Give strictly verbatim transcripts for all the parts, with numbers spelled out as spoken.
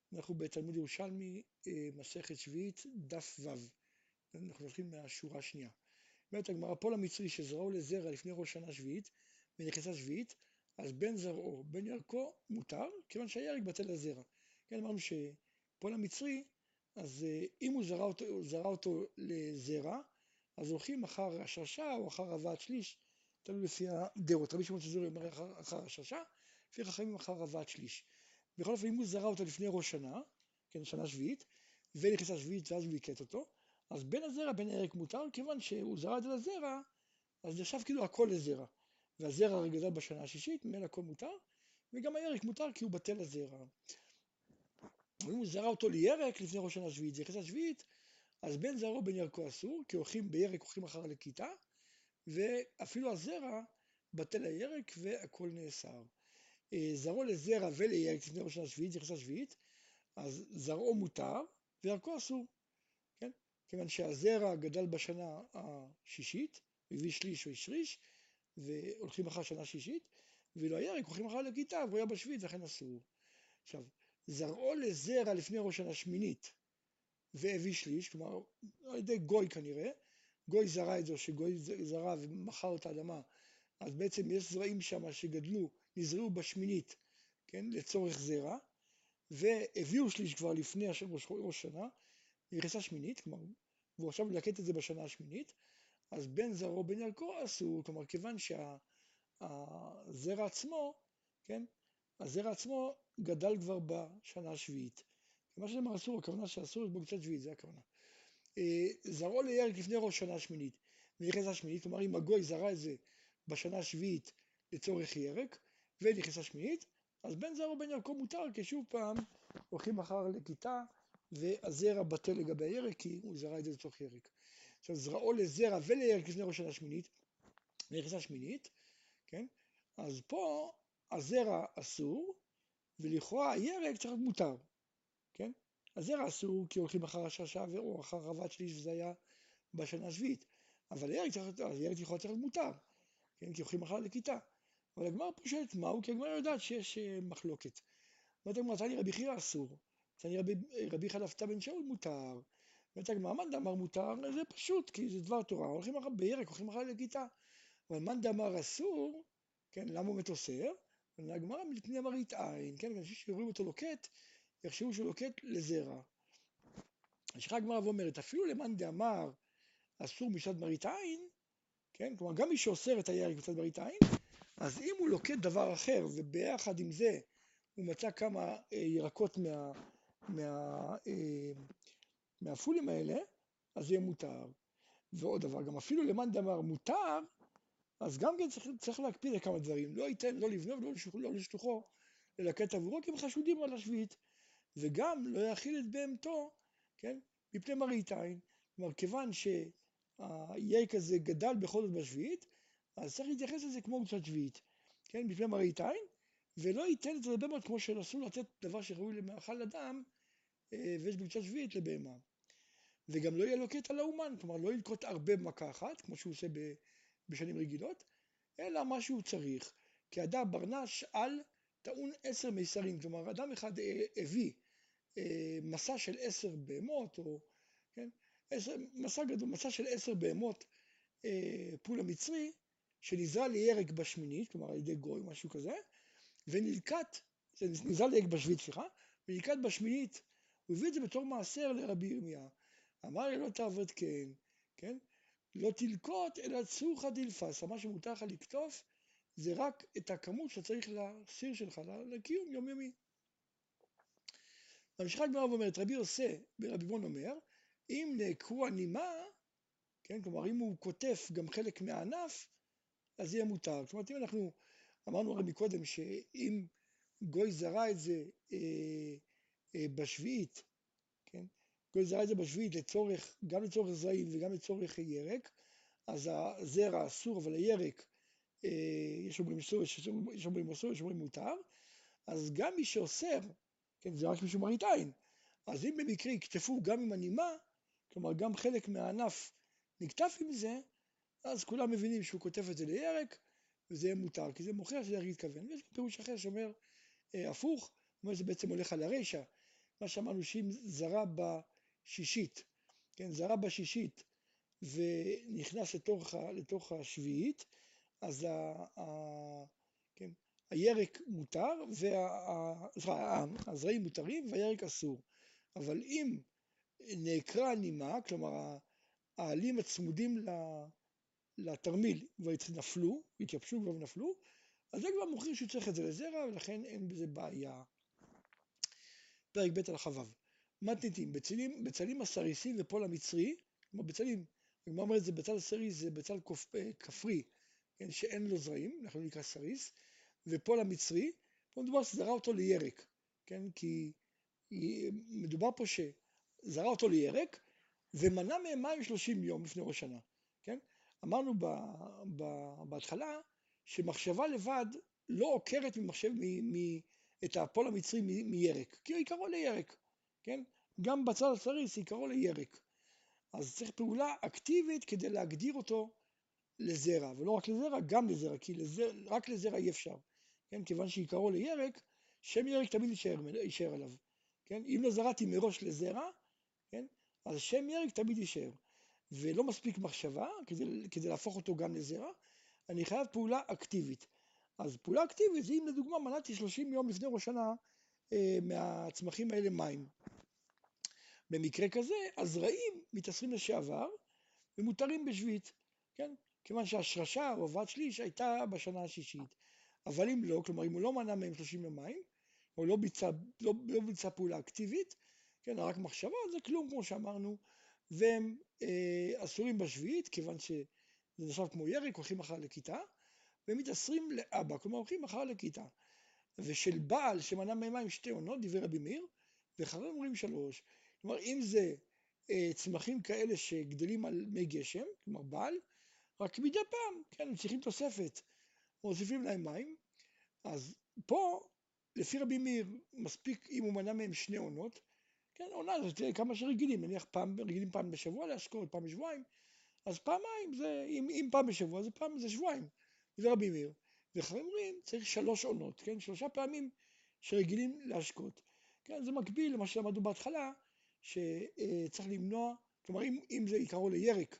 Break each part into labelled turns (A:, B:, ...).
A: אנחנו בתלמוד ירושלמי, אה, מסכת שביעית, דף ו', אנחנו מתחילים מהשורה השנייה. אומרת הגמרא, פול המצרי שזרעו לזרע לפני ראש שנה שביעית ונכנסה שביעית, אז בין זרעו בין ירקו מותר, כיוון שהירק בטל לזרע. כן, אמרנו שפול המצרי, אז אה, אם הוא זרע אותו, הוא זרע אותו לזרע, אז הולכים אחר השרשה או אחר הבאת שליש, תלוי לפי הדעות. רבי שמעון שזורי אומר אחר, אחר השרשה, לפי חכמים אחר הבאת שליש. בכל אופן, אם הוא זרע אותו לפני ראש שנה, כן, שנה שביעית, ונכנסה שביעית ואז הוא ליקט אותו, אז בין הזרע בין הירק מותר, כיוון שהוא זרע את זה לזרע, אז נחשב כאילו הכל לזרע. והזרע הרי גדל בשנה השישית, ממילא הכל מותר, וגם הירק מותר כי הוא בטל לזרע. אם הוא זרע אותו לירק לפני ראש שנה שביעית, זה נכנסה שביעית, אז בין זרעו בין ירקו אסור, כי הולכים בירק, הולכים אחר לכיתה, ואפילו הזרע בטל הירק והכל נאסר. זרעו לזרע ולירק לפני ראש שנה שביעית, זה נכנסה שביעית, אז זרעו מותר וירקו אסור, כן? כיוון שהזרע גדל בשנה השישית, הביא שליש או השריש, והולכים אחר שנה שישית, ואילו הירק הולכים אחר לכיתה, והוא היה בשביעית, לכן אסור. עכשיו, זרעו לזרע לפני ראש שנה שמינית, והביא שליש, כלומר, על ידי גוי כנראה, גוי זרע את זה, או שגוי זרע ומכר את האדמה, אז בעצם יש זרעים שם שגדלו, נזרעו בשמינית, כן, לצורך זרע, והביאו שליש כבר לפני ראש שנה, נכנסה שמינית, כלומר, והוא עכשיו מלקט את זה בשנה השמינית, אז בין זרעו בין ירקו אסור, כלומר, כיוון שהזרע עצמו, כן, הזרע עצמו גדל כבר בשנה השביעית. מה שנאמר אסור, הכוונה שאסור יש בו קצת שביעית, זה הכוונה. זרעו לירק לפני ראש שנה השמינית, ונכנסה שמינית, כלומר, אם הגוי זרע את זה בשנה השביעית לצורך ירק, ונכנסה שמינית, אז בין זרעו בין ירקו מותר, כי שוב פעם הולכים אחר לכיתה, והזרע בטל לגבי הירק, כי הוא זרע את זה לצורך ירק. עכשיו, זרעו לזרע ולירק לפני ראש שנה שמינית, ונכנסה שמינית, כן? אז פה הזרע אסור, ולכאורה הירק צריך להיות מותר, כן? הזרע אסור כי הולכים אחר השרשה או אחר רבת שליש, וזה היה בשנה השביעית, אבל הירק צריך להיות, הירק יכול להיות מותר, כן? כי הולכים אחר לכיתה. אבל הגמרא פה שואלת מהו, כי הגמרא יודעת שיש מחלוקת. אומרת הגמרא, תני רבי חייא אסור, תני רבי, רבי חלפתא בן שאול מותר. אומרת הגמרא, מאן דאמר מותר, זה פשוט, כי זה דבר תורה, הולכים אחר בירק, הולכים אחר לכיתה. אבל מאן דאמר אסור, כן, למה הוא באמת אוסר? הגמרא מפני מראית עין, כן, אנשים שרואים אותו לוקט, יחשבו שהוא לוקט לזרע. ממשיכה הגמרא ואומרת, אפילו למאן דאמר אסור מצד מראית עין, כן, כלומר גם מי שאוסר את הירק מצד מראית עין, אז אם הוא לוקט דבר אחר, וביחד עם זה הוא מצא כמה אה, ירקות מה, מה, אה, מהפולים האלה, אז יהיה מותר. ועוד דבר, גם אפילו למאן דאמר מותר, אז גם כן צריך, צריך להקפיד על כמה דברים, לא ייתן, לא לבנו ולא לשלוחו, לא לשלוחו ללקט עבורו, כי הם חשודים על השביעית, וגם לא יאכיל את בהמתו, כן, מפני מראית עין. כלומר, כיוון שהירק הזה גדל בכל זאת בשביעית, אז צריך להתייחס לזה כמו מצוות שביעית, כן, מפני מראית עין, ולא ייתן את זה לבהמות כמו שאסור לתת דבר שראוי למאכל אדם, ויש במצוות שביעית לבהמה. וגם לא יהיה לוקט על האומן, כלומר לא ילקוט הרבה במכה אחת, כמו שהוא עושה בשנים רגילות, אלא מה שהוא צריך. כי אדם ברנש על טעון עשר מיסרים, כלומר אדם אחד הביא מסע של עשר בהמות, או כן, עשר, מסע גדול, מסע של עשר בהמות פול המצרי, שנזרע לירק בשמינית, כלומר על ידי גוי, משהו כזה, ונלקט, זה נזרע לירק בשביעית, סליחה, ונלקט בשמינית, הוא הביא את זה בתור מעשר לרבי ירמיה. אמר לי לא תעבוד כן, כן? לא תלקוט אלא צורכא דילפסא, מה שמותר לך לקטוף זה רק את הכמות שצריך לסיר שלך, לקיום יומיומי. ממשיכה הגמרא ואומרת, רבי יוסי ברבי בון אומר, אם נעקרו הנימה, כן, כלומר אם הוא קוטף גם חלק מהענף, אז יהיה מותר. זאת אומרת, אם אנחנו אמרנו הרי מקודם שאם גוי זרע את זה אה, אה, בשביעית, כן, גוי זרע את זה בשביעית לצורך, גם לצורך זרעים וגם לצורך ירק, אז הזרע אסור, אבל הירק, אה, יש אומרים אסור, יש אומרים אסור, יש אומרים מותר, אז גם מי שאוסר, כן, זה רק משום מראית עין, אז אם במקרה יקטפו גם עם הנימה, כלומר גם חלק מהענף נקטף עם זה, אז כולם מבינים שהוא כותף את זה לירק, וזה יהיה מותר, כי זה מוכיח שזה ירק התכוון. ויש פירוש אחר שאומר אה, הפוך, אומר שזה בעצם הולך על הרשע, מה שאמרנו שאם זרה בשישית, כן, זרה בשישית ונכנס לתוך, לתוך השביעית, אז ה, ה, כן, הירק מותר, והזרעים מותרים והירק אסור. אבל אם נעקרה הנימה, כלומר העלים הצמודים לתרמיל כבר נפלו, התייבשו כבר ונפלו, אז זה כבר מוכרים שצריך את זה לזרע, ולכן אין בזה בעיה. פרק ב' הלכה ו' מתניתים, בצלים, בצלים הסריסים ופול המצרי, כלומר בצלים, הגמרא אומרת זה בצל סריס, זה בצל כפרי, כן, שאין לו זרעים, אנחנו נקרא סריס, ופול המצרי, פה מדובר שזרע אותו לירק, כן, כי מדובר פה שזרע אותו לירק, ומנע מהם מים שלושים יום לפני ראש שנה, כן? אמרנו ב, ב, בהתחלה שמחשבה לבד לא עוקרת ממחשב, מ, מ, את הפול המצרי מ, מירק, כי הוא עיקרו לירק, כן? גם בצל הסריס עיקרו לירק. אז צריך פעולה אקטיבית כדי להגדיר אותו לזרע, ולא רק לזרע, גם לזרע, כי לזרע, רק לזרע אי אפשר, כן? כיוון שעיקרו לירק, שם ירק תמיד יישאר, יישאר עליו, כן? אם לא זרעתי מראש לזרע, כן? אז שם ירק תמיד יישאר, ולא מספיק מחשבה כדי, כדי להפוך אותו גם לזרע, אני חייב פעולה אקטיבית. אז פעולה אקטיבית זה אם לדוגמה מנעתי שלושים יום לפני ראש שנה אה, מהצמחים האלה מים. במקרה כזה, הזרעים מתאסרים לשעבר ומותרים בשביעית, כן? כיוון שהשרשה או הבאת שליש הייתה בשנה השישית. אבל אם לא, כלומר אם הוא לא מנע מהם שלושים יומיים, או לא ביצע, לא, לא ביצע פעולה אקטיבית, כן, רק מחשבה, זה כלום כמו שאמרנו, והם אה, אסורים בשביעית, כיוון שזה נחשב כמו ירק, הולכים מחר לכיתה, והם מתאסרים לאבא, כלומר הולכים מחר לכיתה. ושל בעל שמנע מהם שתי עונות, דיבר רבי מאיר, ואחריהם אומרים שלוש. כלומר, אם זה אה, צמחים כאלה שגדלים על מי גשם, כלומר בעל, רק מדי פעם, כן, הם צריכים תוספת, מוסיפים להם מים, אז פה, לפי רבי מאיר, מספיק אם הוא מנע מהם שני עונות, כן, עונה זה תראה כמה שרגילים, נניח פעם, רגילים פעם בשבוע להשקות, פעם בשבועיים, אז פעמיים זה, אם, אם פעם בשבוע זה פעם, זה שבועיים, זה רבי מאיר. ואחרים אומרים, צריך שלוש עונות, כן, שלושה פעמים שרגילים להשקות. כן, זה מקביל למה שלמדנו בהתחלה, שצריך למנוע, כלומר אם, אם זה עיקרו לירק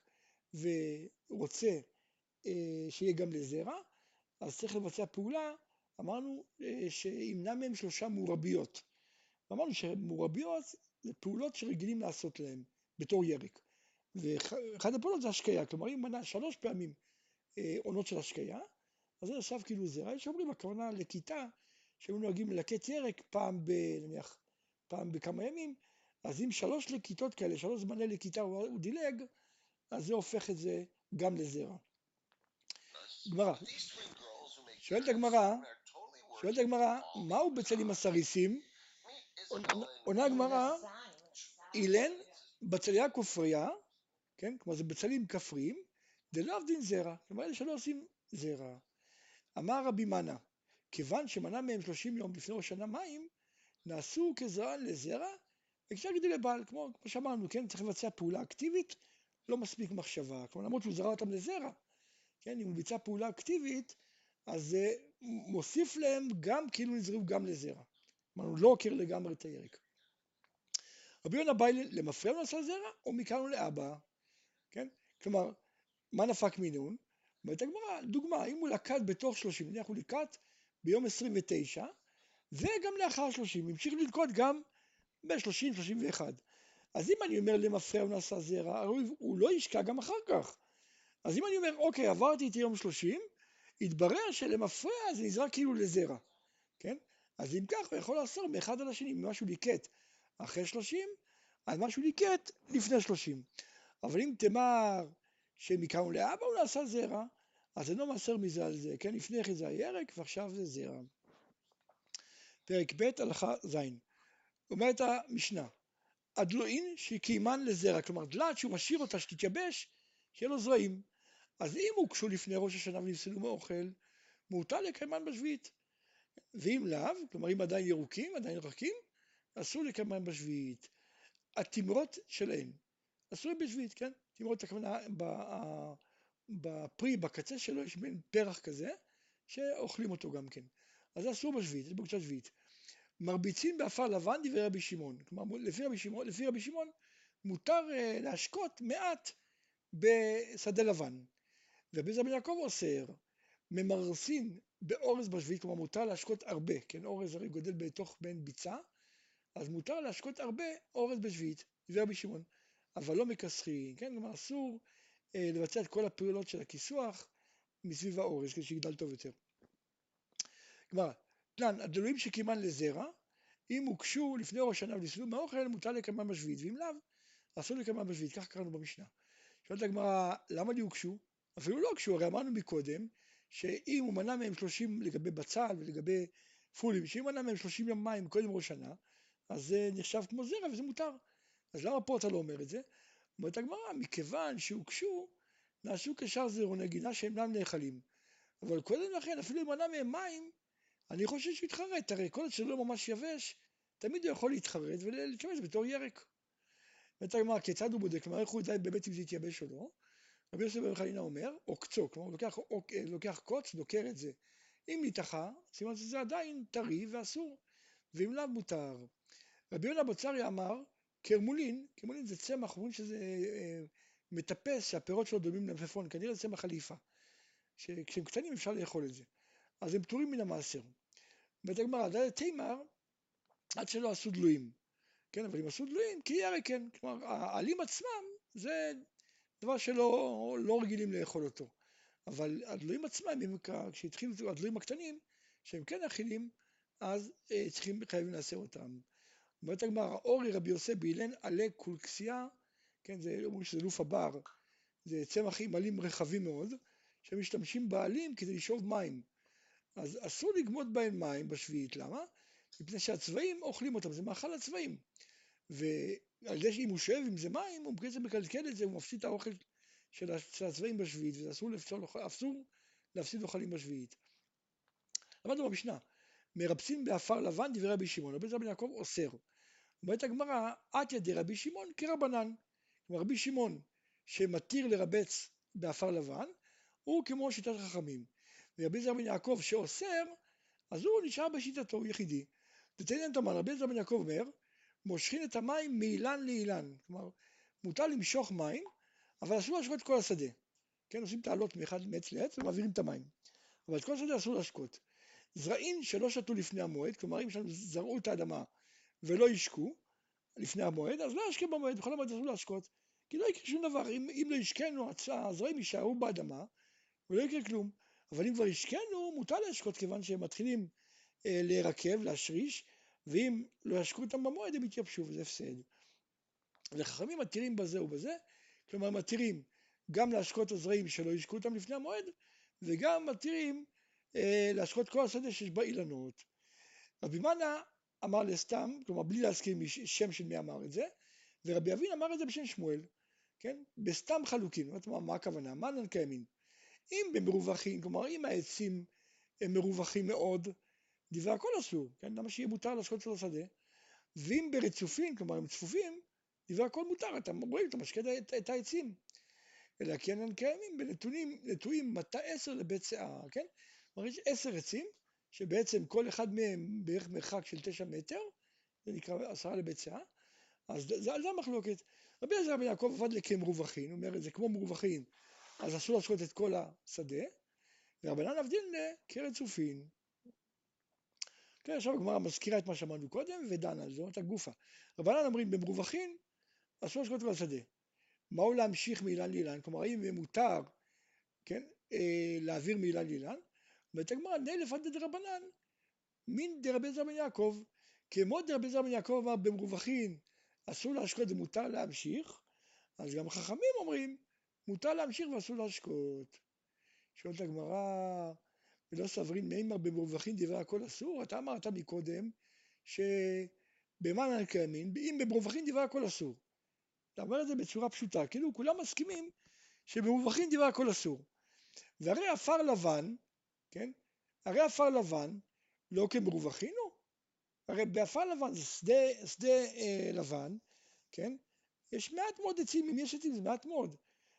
A: ורוצה שיהיה גם לזרע, אז צריך לבצע פעולה, אמרנו שימנע מהם שלושה מורביות. אמרנו שמורביות זה פעולות שרגילים לעשות להם בתור ירק. ואחד הפעולות זה השקיה, כלומר אם מנע שלוש פעמים עונות של השקיה, אז זה נחשב כאילו זרע. יש אומרים הכוונה לכיתה, שהם נוהגים ללקט ירק פעם ב, נניח, פעם בכמה ימים, אז אם שלוש לקיטות כאלה, שלוש זמני לכיתה הוא דילג, אז זה הופך את זה גם לזרע. גמרא, שואלת הגמרא, שואלת הגמרא, מהו בצלים הסריסים? עונה הגמרא, אילן בצליה כופריה, כן, כלומר זה בצלים כפריים, דלאו דין זרע, כלומר אלה שלא עושים זרע. אמר רבי מנה, כיוון שמנע מהם שלושים יום לפני ראש שנה מים, נעשו כזרע לזרע, וכשאר גידולי בעל, כמו, כמו שאמרנו, כן, צריך לבצע פעולה אקטיבית, לא מספיק מחשבה, כלומר למרות שהוא זרע אותם לזרע, כן, אם הוא ביצע פעולה אקטיבית, אז זה מוסיף להם גם כאילו נזרעו גם לזרע, כלומר הוא לא עוקר לגמרי את הירק. רבי יונה בא למפרע ונעשה זרע, או מכאן ולאבא, כן, כלומר, מה נפק מינון? אומרת הגמרא, דוגמה, אם הוא לקט בתוך שלושים, נניח הוא לקט ביום עשרים ותשע, וגם לאחר שלושים, המשיך ללקוט גם ב-שלושים שלושים ואחת. אז אם אני אומר למפרע ונעשה זרע, הרי הוא לא ישקע גם אחר כך. אז אם אני אומר, אוקיי, עברתי את יום שלושים, התברר שלמפרע זה נזרע כאילו לזרע, כן? אז אם כך, הוא יכול לעשות מאחד על השני, ממשהו ליקט אחרי שלושים, על משהו ליקט לפני שלושים. אבל אם תמר שמכאן לאבא הוא נעשה זרע, אז אינו מעשר מזה על זה, כן? לפני כן זה הירק ועכשיו זה זרע. פרק ב' הלכה ז', אומרת המשנה, הדלוין שקיימן לזרע, כלומר דלת שהוא משאיר אותה שתתייבש, שיהיה לו זרעים. אז אם הוקשו לפני ראש השנה ונפסלו מאוכל, מותר לקיימן בשביעית. ואם לאו, כלומר אם עדיין ירוקים, עדיין רכים, אסור לקיימן בשביעית. התמרות שלהן, אסור בשביעית, כן? תמרות הכוונה בפרי, בקצה שלו יש בין פרח כזה, שאוכלים אותו גם כן. אז זה אסור בשביעית, יש בו קצת שביעית. מרביצים באפר לבן דברי רבי שמעון. כלומר, לפי רבי שמעון, לפי רבי שמעון מותר uh, להשקות מעט בשדה לבן. ורבי זרע בן יעקב אוסר, ממרסין באורז בשביעית, כלומר מותר להשקות הרבה, כן, אורז הרי גודל בתוך בין ביצה, אז מותר להשקות הרבה אורז בשביעית, דברי רבי שמעון, אבל לא מכסחין, כן, כלומר אסור אה, לבצע את כל הפעולות של הכיסוח מסביב האורז, כדי שיגדל טוב יותר. כלומר, תנן, הדלויים שקימן לזרע, אם הוקשו לפני ראש השנה ולסלו מהאוכל, מותר לקיימם בשביעית, ואם לאו, אסור לקיימם בשביעית, כך קראנו במשנה. שואלת הגמרא, למה לי הוקשו? אפילו לא הוקשו, הרי אמרנו מקודם, שאם הוא מנע מהם שלושים לגבי בצל ולגבי פולים, שאם הוא מנע מהם שלושים יום מים קודם ראש שנה, אז זה נחשב כמו זרע וזה מותר. אז למה פה אתה לא אומר את זה? אומרת הגמרא, מכיוון שהוקשו, נעשו כשאר זרעו נגינה שאינם נאכלים. אבל קודם לכן, אפילו אם מנע מהם מים, אני חושב שהוא יתחרט, הרי כל עוד שלא ממש יבש, תמיד הוא יכול להתחרט ולשמש בתור ירק. אומרת הגמרא, כיצד הוא בודק? כלומר, איך הוא ידע באמת אם זה יתייבש או לא? רבי יוסף בן חנינא אומר, עוקצו, כלומר הוא לוקח, לוקח קוץ, דוקר את זה. אם ניתחה, סימן שזה עדיין טרי ואסור, ואם לאו מותר. רבי יונה בוצריה אמר, קרמולין, קרמולין זה צמח, אומרים שזה אה, מטפס, שהפירות שלו דומים למלפפון, כנראה זה צמח חליפה, שכשהם קטנים אפשר לאכול את זה. אז הם פטורים מן המעשר. אומרת הגמרא, דלת תימר, עד שלא עשו דלויים. כן, אבל אם עשו דלויים, כי ירק כן. כלומר, העלים עצמם, זה דבר שלא לא רגילים לאכול אותו. אבל הדלויים עצמם, כשהתחילו הדלויים הקטנים, שהם כן אכילים, אז אה, צריכים, חייבים לעשר אותם. אומרת הגמרא, אורי רבי יוסף באילן עלה קולקסיה, כן, זה אומרים שזה לוף הבר, זה צמח עם עלים רחבים מאוד, שמשתמשים בעלים כדי לשאוב מים. אז אסור לגמות בהם מים בשביעית, למה? מפני שהצבעים אוכלים אותם, זה מאכל הצבעים. ועל זה שאם הוא שואב עם זה מים, הוא בעצם מקלקל את זה, הוא מפסיד את האוכל של הצבעים בשביעית, וזה אסור, אסור להפסיד אוכלים בשביעית. למדנו במשנה, מרבצים באפר לבן דברי רבי שמעון, רבי זרע בן יעקב אוסר. אומרת הגמרא, עתיה דרבי שמעון כרבנן. כלומר רבי שמעון שמתיר לרבץ באפר לבן, הוא כמו שיטת חכמים. ורבי זרע בן יעקב שאוסר, אז הוא נשאר בשיטתו, הוא יחידי. תתן את המן, רבי זרע בן יעקב אומר, מושכים את המים מאילן לאילן. כלומר, מותר למשוך מים, אבל אסור להשקות את כל השדה. כן, עושים תעלות מאחד מעץ לעץ ומעבירים את המים. אבל את כל השדה אסור להשקות. זרעים שלא שתו לפני המועד, כלומר אם זרעו את האדמה ולא ישקו לפני המועד, אז לא ישקה במועד, בכל המועד אסור להשקות. כי לא יקרה שום דבר, אם, אם לא ישקנו, הזרעים יישארו באדמה ולא יקרה כלום. אבל אם כבר ישקנו, מותר להשקות, כיוון שהם מתחילים אה, להירקב, להשריש, ואם לא ישקו אותם במועד הם יתייבשו, וזה הפסד. וחכמים מתירים בזה ובזה, כלומר מתירים גם להשקות הזרעים שלא ישקו אותם לפני המועד, וגם מתירים אה, להשקות כל השדה שיש בה אילנות. רבי מנה אמר לסתם, כלומר בלי להזכיר שם של מי אמר את זה, ורבי אבין אמר את זה בשם שמואל, כן? בסתם חלוקים. מה, מה הכוונה? מה נקיימין? אם במרווחים, כלומר אם העצים הם מרווחים מאוד, דברי הכל אסור, כן? למה שיהיה מותר להשקות של השדה? ואם ברצופים, כלומר הם צפופים, דברי הכל מותר, אתה רואים, אתה משקה את, את העצים. אלא כי הם קיימים בנתונים, נטועים מטה עשר לבית שיער, כן? כלומר יש עשר עצים, שבעצם כל אחד מהם בערך מרחק של תשע מטר, זה נקרא עשרה לבית שיער, אז זה, זה המחלוקת. רבי עזרא בן יעקב עבד כמרווחין, הוא אומר, זה כמו מרווחין, אז אסור להשקות את כל השדה, ורבנן עבדין כרצופין. כן, עכשיו הגמרא מזכירה את מה שאמרנו קודם, ודנה על זה, זאת הגופה. רבנן אומרים, במרווחין, אסור להשקות את כל השדה. מהו להמשיך מאילן לאילן? כלומר, האם מותר, כן, אה, להעביר מאילן לאילן? אומרת הגמרא, נלף עד דרבנן, מין דרבי זרע בן יעקב, כמו דרבי זרע בן יעקב אמר במרווחין, אסור להשקות ומותר להמשיך, אז גם חכמים אומרים, מותר להמשיך ואסור להשקות. שואלת הגמרא, ולא סברין מימר במרווחין דברי הכל אסור? אתה אמרת מקודם, שבמה נקיימין, אם במרווחין דברי הכל אסור. אתה אומר את זה בצורה פשוטה, כאילו כולם מסכימים שבמרווחין דברי הכל אסור. והרי עפר לבן, כן? הרי עפר לבן לא כמרווחין הוא. הרי בעפר לבן זה שדה, שדה אה, לבן, כן? יש מעט מאוד עצים, אם יש עצים זה מעט מאוד.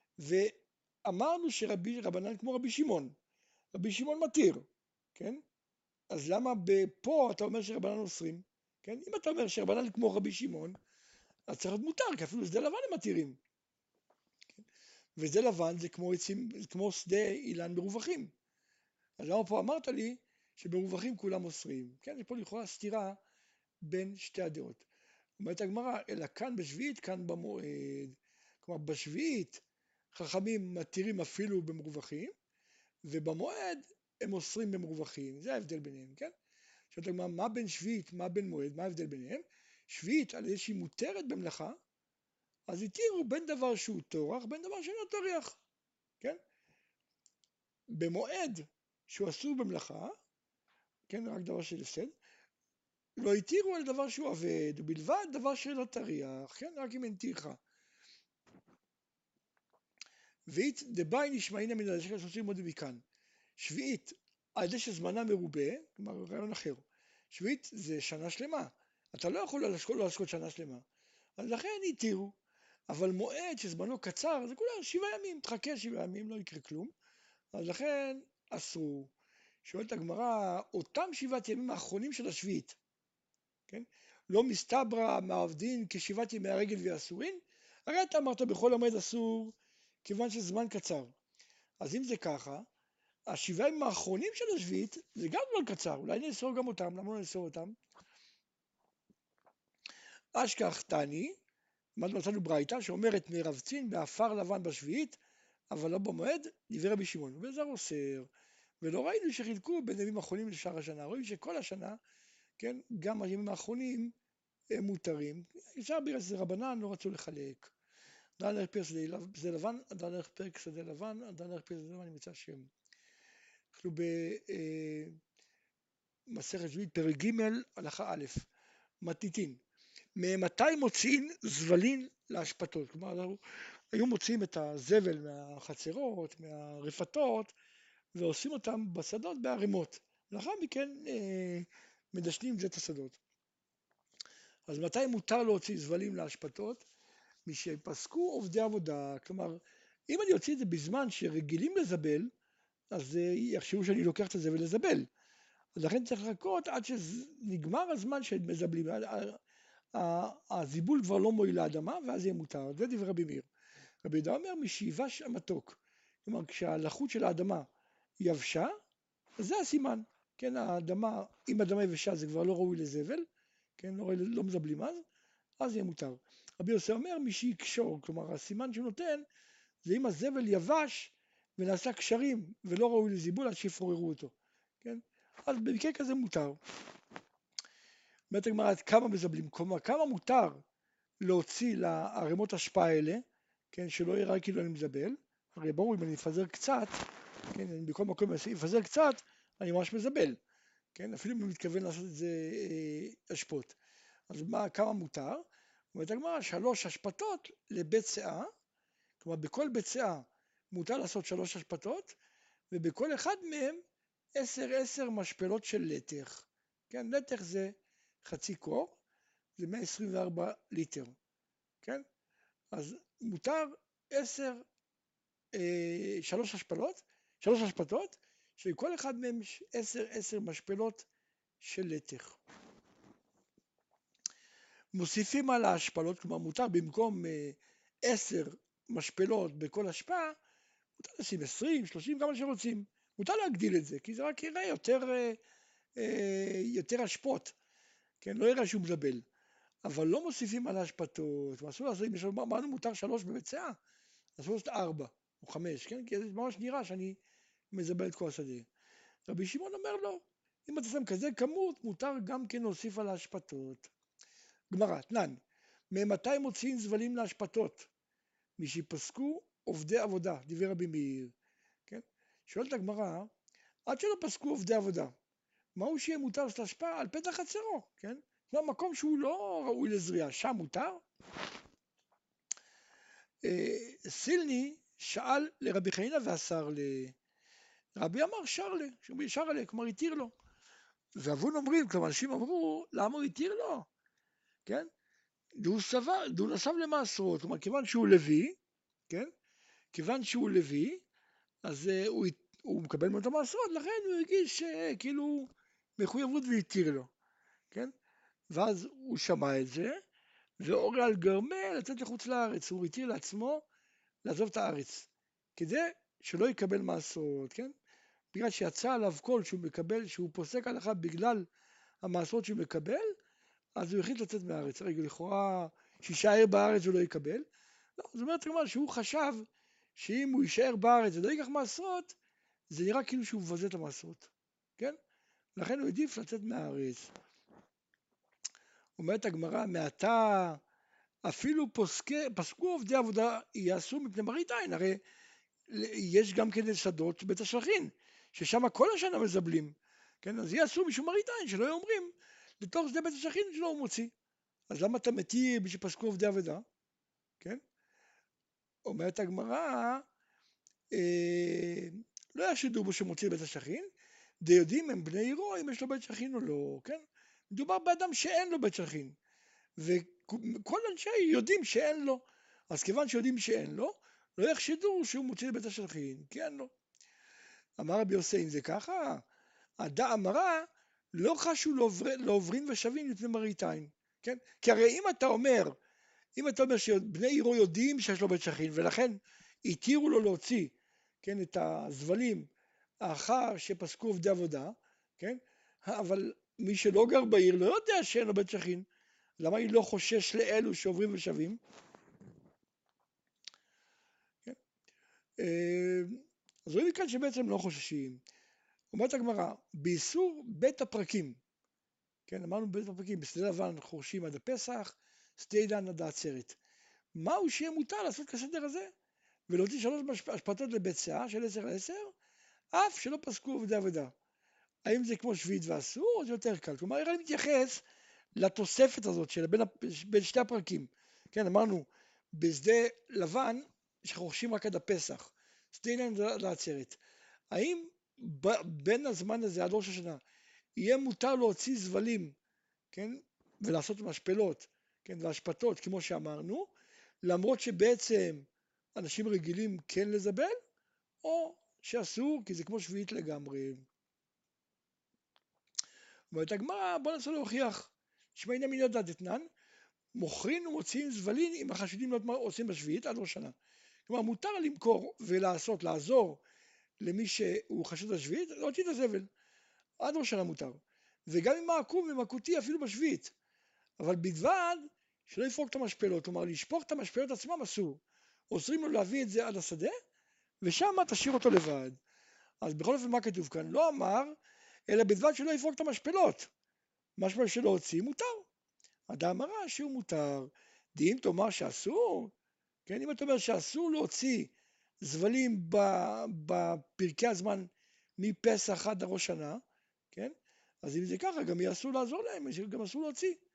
A: ואמרנו שרבי רבנן כמו רבי שמעון, רבי שמעון מתיר, כן? אז למה פה אתה אומר שרבנן אוסרים? כן? אם אתה אומר שרבנן כמו רבי שמעון, אז צריך להיות מותר, כי אפילו שדה לבן הם מתירים. כן? ושדה לבן זה כמו, עצים, זה כמו שדה אילן מרווחים. אז למה פה אמרת לי שברווחים כולם אוסרים? כן, יש פה לכאורה סתירה בין שתי הדעות. אומרת הגמרא, אלא כאן בשביעית, כאן במועד. כלומר, בשביעית חכמים מתירים אפילו במרווחים, ובמועד הם אוסרים במרווחים. זה ההבדל ביניהם, כן? שואלת הגמרא, מה בין שביעית, מה בין מועד, מה ההבדל ביניהם? שביעית, על ידי שהיא מותרת במלאכה, אז התירו בין דבר שהוא טורח, בין דבר שאינו טורח, כן? במועד שהוא אסור במלאכה, כן, רק דבר של הפסד, לא התירו על דבר שהוא עבד, ובלבד דבר שאינו טריח, כן, רק אם אין טרחה. שביעית דבאי נשמעינא מן הדשא שעושים ללמוד מכאן. שביעית, על ידי שזמנה מרובה, כלומר רעיון אחר. שביעית זה שנה שלמה, אתה לא יכול להשקות, לא להשקות שנה שלמה. אז לכן התירו, אבל מועד שזמנו קצר, זה כולה שבעה ימים, תחכה שבעה ימים, לא יקרה כלום. אז לכן אסרו. שואלת הגמרא, אותם שבעת ימים האחרונים של השביעית, כן? לא מסתברא מעבדין כשבעת ימי הרגל ואסורין? הרי אתה אמרת בכל המועד אסור, כיוון שזמן קצר. אז אם זה ככה, השבעה ימים האחרונים של השביעית זה גם זמן קצר, אולי נאסור גם אותם, למה לא נאסור אותם? אשכח תני, מצאנו ברייתא שאומרת מרבצין באפר לבן בשביעית, אבל לא במועד, דברי רבי שמעון, ובזה אוסר. ולא ראינו שחילקו בין הימים האחרונים לשאר השנה, רואים שכל השנה, כן, גם הימים האחרונים הם מותרים. אפשר בגלל שזה רבנן, לא רצו לחלק. דן ערך פרק שדה לבן, דן ערך פרק שדה לבן, דן ערך פרק שדה לבן, אני מצא שם. אנחנו במסכת שביעית, פרק ג' הלכה א', מתניתין. ממתי מוציאים זבלין להשפתות? כלומר, היו מוציאים את הזבל מהחצרות, מהרפתות, ועושים אותם בשדות בערימות. לאחר מכן אה, מדשנים את השדות. אז מתי מותר להוציא זבלים להשפתות? משפסקו עובדי עבודה. כלומר, אם אני אוציא את זה בזמן שרגילים לזבל, אז יחשבו שאני לוקח את הזבל לזבל. אז לכן צריך לחכות עד שנגמר הזמן שמזבלים. הזיבול כבר לא מועיל לאדמה, ואז יהיה מותר. זה דברי רבי מאיר. רבי יהודה אומר, משייבש המתוק. כלומר, כשהלחות של האדמה יבשה, זה הסימן. כן, האדמה, אם האדמה יבשה זה כבר לא ראוי לזבל, כן, לא, לא מזבלים אז, אז יהיה מותר. רבי יוסי אומר, מי שיקשור, כלומר, הסימן שהוא נותן, זה אם הזבל יבש ונעשה קשרים ולא ראוי לזיבול עד שיפוררו אותו. כן? אז במקרה כזה מותר. אומרת הגמרא, עד כמה מזבלים? כלומר, כמה מותר להוציא לערימות אשפה האלה, כן, שלא יראה כאילו אני מזבל, הרי ברור אם אני אפזר קצת, כן, אני בכל מקום אפזר קצת, אני ממש מזבל, כן, אפילו אם אני מתכוון לעשות את זה אה, אשפות. אז מה, כמה מותר? אומרת הגמרא, שלוש אשפתות לבית שאה, כלומר בכל בית שאה מותר לעשות שלוש אשפתות, ובכל אחד מהם עשר עשר משפלות של לטח, כן, לטח זה חצי קור, זה מאה עשרים וארבע ליטר, כן, אז מותר עשר, אה, שלוש השפלות, שלוש השפתות, שכל אחד מהם עשר עשר משפלות של לטח. מוסיפים על ההשפלות, כלומר מותר במקום אה, עשר משפלות בכל השפעה, מותר לשים עשרים, שלושים, כמה שרוצים. מותר להגדיל את זה, כי זה רק יראה יותר, אה, אה, יותר השפות, כן, לא יראה שהוא מזבל. אבל לא מוסיפים על ההשפתות, אסור לעשות, אם יש לנו, אמרנו מותר שלוש בבית שאה, אסור לעשות ארבע או חמש, כן? כי זה ממש נראה שאני מזבל את כל השדה. רבי שמעון אומר לו, אם אתה שם כזה כמות, מותר גם כן להוסיף על ההשפתות. גמרא, תנן, ממתי מוציאים זבלים להשפתות? משפסקו עובדי עבודה, דברי רבי מאיר, כן? שואלת הגמרא, עד שלא פסקו עובדי עבודה, מהו שיהיה מותר לעשות השפעה? על פתח חצרו, כן? זה מקום שהוא לא ראוי לזריעה, שם מותר? סילני שאל לרבי חנינא ואסר ל... רבי אמר שר לה, שר לה, כלומר התיר לו. ואבון אומרים, כלומר אנשים אמרו, למה הוא התיר לו? כן? דהוא נסב למעשרות, כלומר כיוון שהוא לוי, כן? כיוון שהוא לוי, אז uh, הוא, הוא מקבל ממנו את המעשרות, לכן הוא הרגיש uh, כאילו מחויבות והתיר לו, כן? ואז הוא שמע את זה, והורה על גרמה לצאת לחוץ לארץ, הוא התיר לעצמו לעזוב את הארץ, כדי שלא יקבל מעשרות, כן? בגלל שיצא עליו קול שהוא מקבל, שהוא פוסק הלכה בגלל המעשרות שהוא מקבל, אז הוא החליט לצאת מהארץ. רגע, לכאורה שישאר בארץ ולא יקבל. לא, זאת אומרת כלומר שהוא חשב שאם הוא יישאר בארץ ולא ייקח מעשרות, זה נראה כאילו שהוא מבזה את המעשרות, כן? לכן הוא העדיף לצאת מהארץ. אומרת הגמרא, מעתה אפילו פוסקי, פסקו עובדי עבודה יעשו מפני מראית עין, הרי יש גם כן שדות בית השלכין, ששם כל השנה מזבלים, כן? אז יעשו משום מראית עין, שלא יהיו אומרים, לתוך שדה בית השלכין שלא הוא מוציא. אז למה אתה מתיר בשביל פסקו עובדי עבודה, כן? אומרת הגמרא, אה, לא ישדו בו שמוציא בית השלכין, די יודעים הם בני עירו אם יש לו בית שלכין או לא, כן? מדובר באדם שאין לו בית שלכין, וכל אנשי יודעים שאין לו, אז כיוון שיודעים שאין לו, לא יחשדו שהוא מוציא לבית השלכין, כי אין לו. אמר רבי יוסי, אם זה ככה, הדא אמרה, לא חשו לעובר, לעוברים ושבים לפני מראית עין, כן? כי הרי אם אתה אומר, אם אתה אומר שבני עירו יודעים שיש לו בית שלכין, ולכן התירו לו להוציא, כן, את הזבלים האחר שפסקו עובדי עבודה, כן? אבל מי שלא גר בעיר לא יודע שאין לו בית שלכין, למה היא לא חושש לאלו שעוברים ושבים? כן? אז רואים מכאן שבעצם לא חוששים. אומרת הגמרא, באיסור בית הפרקים, כן, אמרנו בית הפרקים, בשדה לבן חורשים עד הפסח, שדה עידן עד העצרת. מהו שיהיה מותר לעשות כסדר הזה? ולהוציא שלוש השפטות לבית שאה של עשר לעשר, אף שלא פסקו עובדי עבודה. האם זה כמו שביעית ואסור, או זה יותר קל? כלומר, איך אני מתייחס לתוספת הזאת של בין, בין שתי הפרקים? כן, אמרנו, בשדה לבן שחורשים רק עד הפסח, שדה עידן עד העצרת. האם בין הזמן הזה עד ראש השנה יהיה מותר להוציא זבלים, כן, ולעשות משפלות, כן, והשפטות כמו שאמרנו, למרות שבעצם אנשים רגילים כן לזבל, או שאסור כי זה כמו שביעית לגמרי. אומרת הגמרא, בוא ננסה להוכיח, שמעינא מינא דתנן, מוכרים ומוציאים זבלים אם החשודים לא עושים בשביעית עד ראש השנה. כלומר מותר למכור ולעשות, לעזור למי שהוא חשוד בשביעית, להוציא את הזבל, עד ראש השנה מותר. וגם עם העקום ומקוטי אפילו בשביעית, אבל בלבד שלא יפרוק את המשפלות, כלומר לשפוך את המשפלות עצמם אסור. אוסרים לו להביא את זה עד השדה, ושם תשאיר אותו לבד. אז בכל אופן מה כתוב כאן? לא אמר, אלא בלבד שלא יפרוק את המשפלות. משמע שלא הוציא מותר. אדם אמרה שהוא מותר. דאם תאמר שאסור, כן, אם אתה אומר שאסור להוציא זבלים בפרקי הזמן מפסח עד ראש שנה, כן? אז אם זה ככה, גם יהיה אסור לעזור להם, גם אסור להוציא.